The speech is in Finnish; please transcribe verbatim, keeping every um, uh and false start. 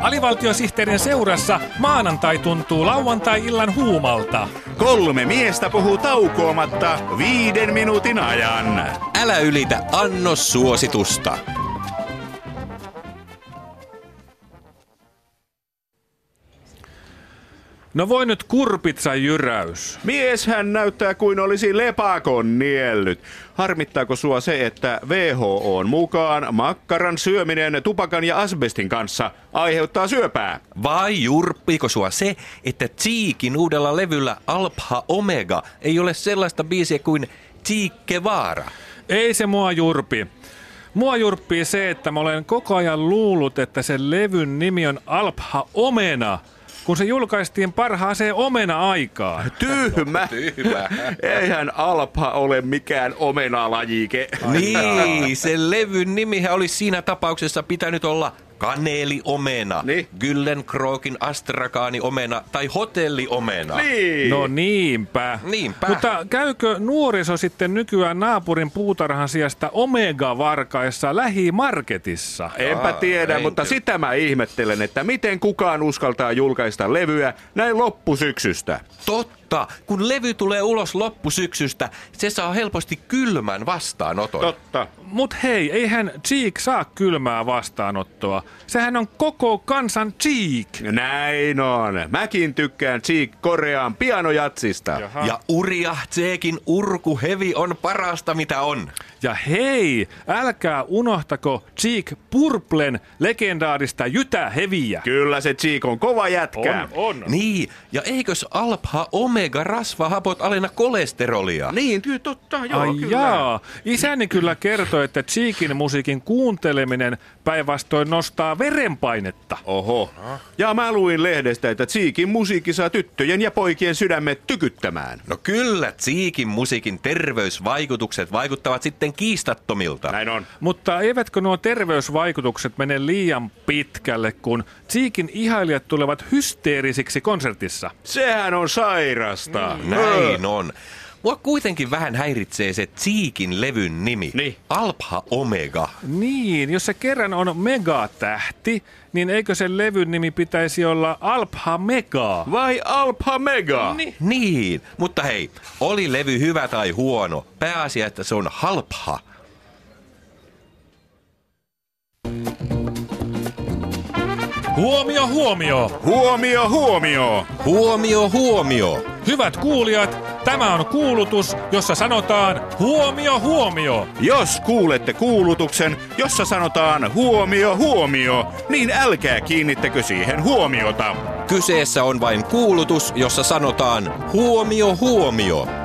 Alivaltiosihteerin seurassa maanantai tuntuu lauantai-illan huumalta. Kolme miestä puhuu taukoamatta viiden minuutin ajan. Älä ylitä annossuositusta. No voi nyt kurpitsa jyräys. Mies hän näyttää kuin olisi lepakon niellyt. Harmittaako sua se, että W H O:n mukaan makkaran syöminen tupakan ja asbestin kanssa aiheuttaa syöpää? Vai jurppiiko sua se, että Cheekin uudella levyllä Alpha Omega ei ole sellaista biisiä kuin Che Vaara? Ei se mua jurpi. Mua jurppii se, että mä olen koko ajan luullut, että sen levyn nimi on Alpha Omena, kun se julkaistiin parhaaseen omena-aikaan. Tyhmä. Tyhmä. Eihän Alpha ole mikään omenalajike. Niin, sen levyn nimihän olisi siinä tapauksessa pitänyt olla Kaneeliomena, niin. Gyllenkrokin astrakaaniomena tai hotelliomena. Niin. No niinpä. Niinpä. Mutta käykö nuoriso sitten nykyään naapurin puutarhan sijasta Omega-varkaissa lähimarketissa? Enpä Aa, tiedä, enkö? mutta sitä mä ihmettelen, että miten kukaan uskaltaa julkaista levyä näin loppusyksystä. Totta, kun levy tulee ulos loppusyksystä, se saa helposti kylmän vastaanoton. Totta. Mut hei, eihän Cheek saa kylmää vastaanottoa. Sehän on koko kansan Cheek. Näin on. Mäkin tykkään Cheek Korean pianojatsista. Jaha. Ja Uria Tseekin urkuhevi on parasta mitä on. Ja hei, älkää unohtako Cheek Purplen legendaarista jytäheviä. Kyllä se Cheek on kova jätkä. on. Niin, ja eikös Alpha Omega rasvahapot alenna kolesterolia? Niin, kyllä totta, joo, Ai kyllä. jaa, isäni kyllä kertoi, että Cheekin musiikin kuunteleminen päinvastoin nostaa verenpainetta. Oho. Ja mä luin lehdestä, että Cheekin musiikki saa tyttöjen ja poikien sydämet tykyttämään. No kyllä, Cheekin musiikin terveysvaikutukset vaikuttavat sitten kiistattomilta. Näin on. Mutta eivätkö nuo terveysvaikutukset mene liian pitkälle, kun Cheekin ihailijat tulevat hysteerisiksi konsertissa? Sehän on sairasta. Näin on. Mua kuitenkin vähän häiritsee se Cheekin levyn nimi. Niin. Alpha Omega. Niin, jos se kerran on megatähti, niin eikö sen levyn nimi pitäisi olla Alpha Mega? Vai Alpha Mega? Niin. Niin, mutta hei, oli levy hyvä tai huono, pääasia, että se on halpha. Huomio, huomio! Huomio, huomio! Huomio, huomio! Hyvät kuulijat, tämä on kuulutus, jossa sanotaan huomio, huomio! Jos kuulette kuulutuksen, jossa sanotaan huomio, huomio, niin älkää kiinnittäkö siihen huomiota. Kyseessä on vain kuulutus, jossa sanotaan huomio, huomio.